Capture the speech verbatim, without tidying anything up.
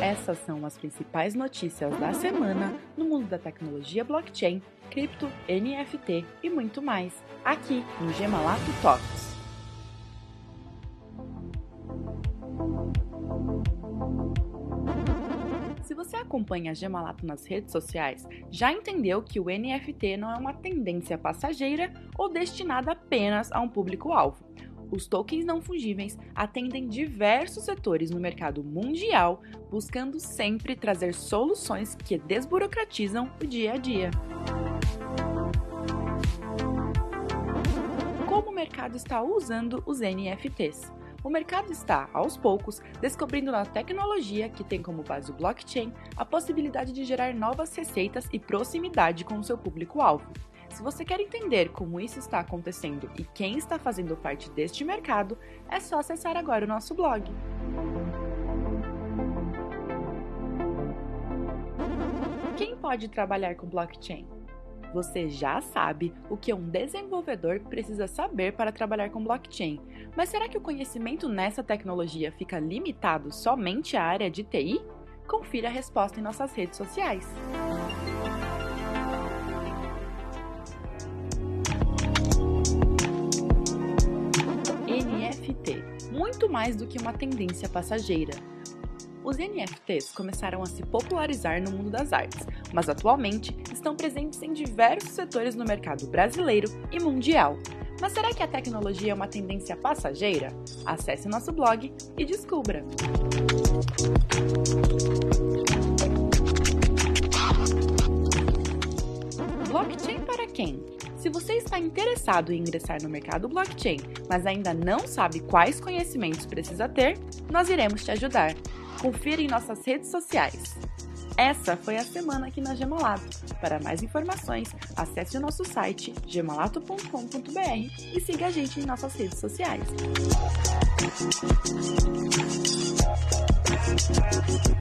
Essas são as principais notícias da semana no mundo da tecnologia blockchain, cripto, N F T e muito mais, aqui no Gemalato Talks. Se você acompanha a Gemalato nas redes sociais, já entendeu que o N F T não é uma tendência passageira ou destinada apenas a um público-alvo. Os tokens não fungíveis atendem diversos setores no mercado mundial, buscando sempre trazer soluções que desburocratizam o dia a dia. Como o mercado está usando os N F Ts? O mercado está, aos poucos, descobrindo na tecnologia que tem como base o blockchain a possibilidade de gerar novas receitas e proximidade com o seu público-alvo. Se você quer entender como isso está acontecendo e quem está fazendo parte deste mercado, é só acessar agora o nosso blog. Quem pode trabalhar com blockchain? Você já sabe o que um desenvolvedor precisa saber para trabalhar com blockchain, mas será que o conhecimento nessa tecnologia fica limitado somente à área de T I? Confira a resposta em nossas redes sociais. N F T, muito mais do que uma tendência passageira. Os N F Ts começaram a se popularizar no mundo das artes, mas atualmente estão presentes em diversos setores no mercado brasileiro e mundial. Mas será que a tecnologia é uma tendência passageira? Acesse nosso blog e descubra! Blockchain para quem? Se você está interessado em ingressar no mercado blockchain, mas ainda não sabe quais conhecimentos precisa ter, nós iremos te ajudar. Confira em nossas redes sociais. Essa foi a semana aqui na Gemalato. Para mais informações, acesse o nosso site gemalato ponto com ponto b r e siga a gente em nossas redes sociais.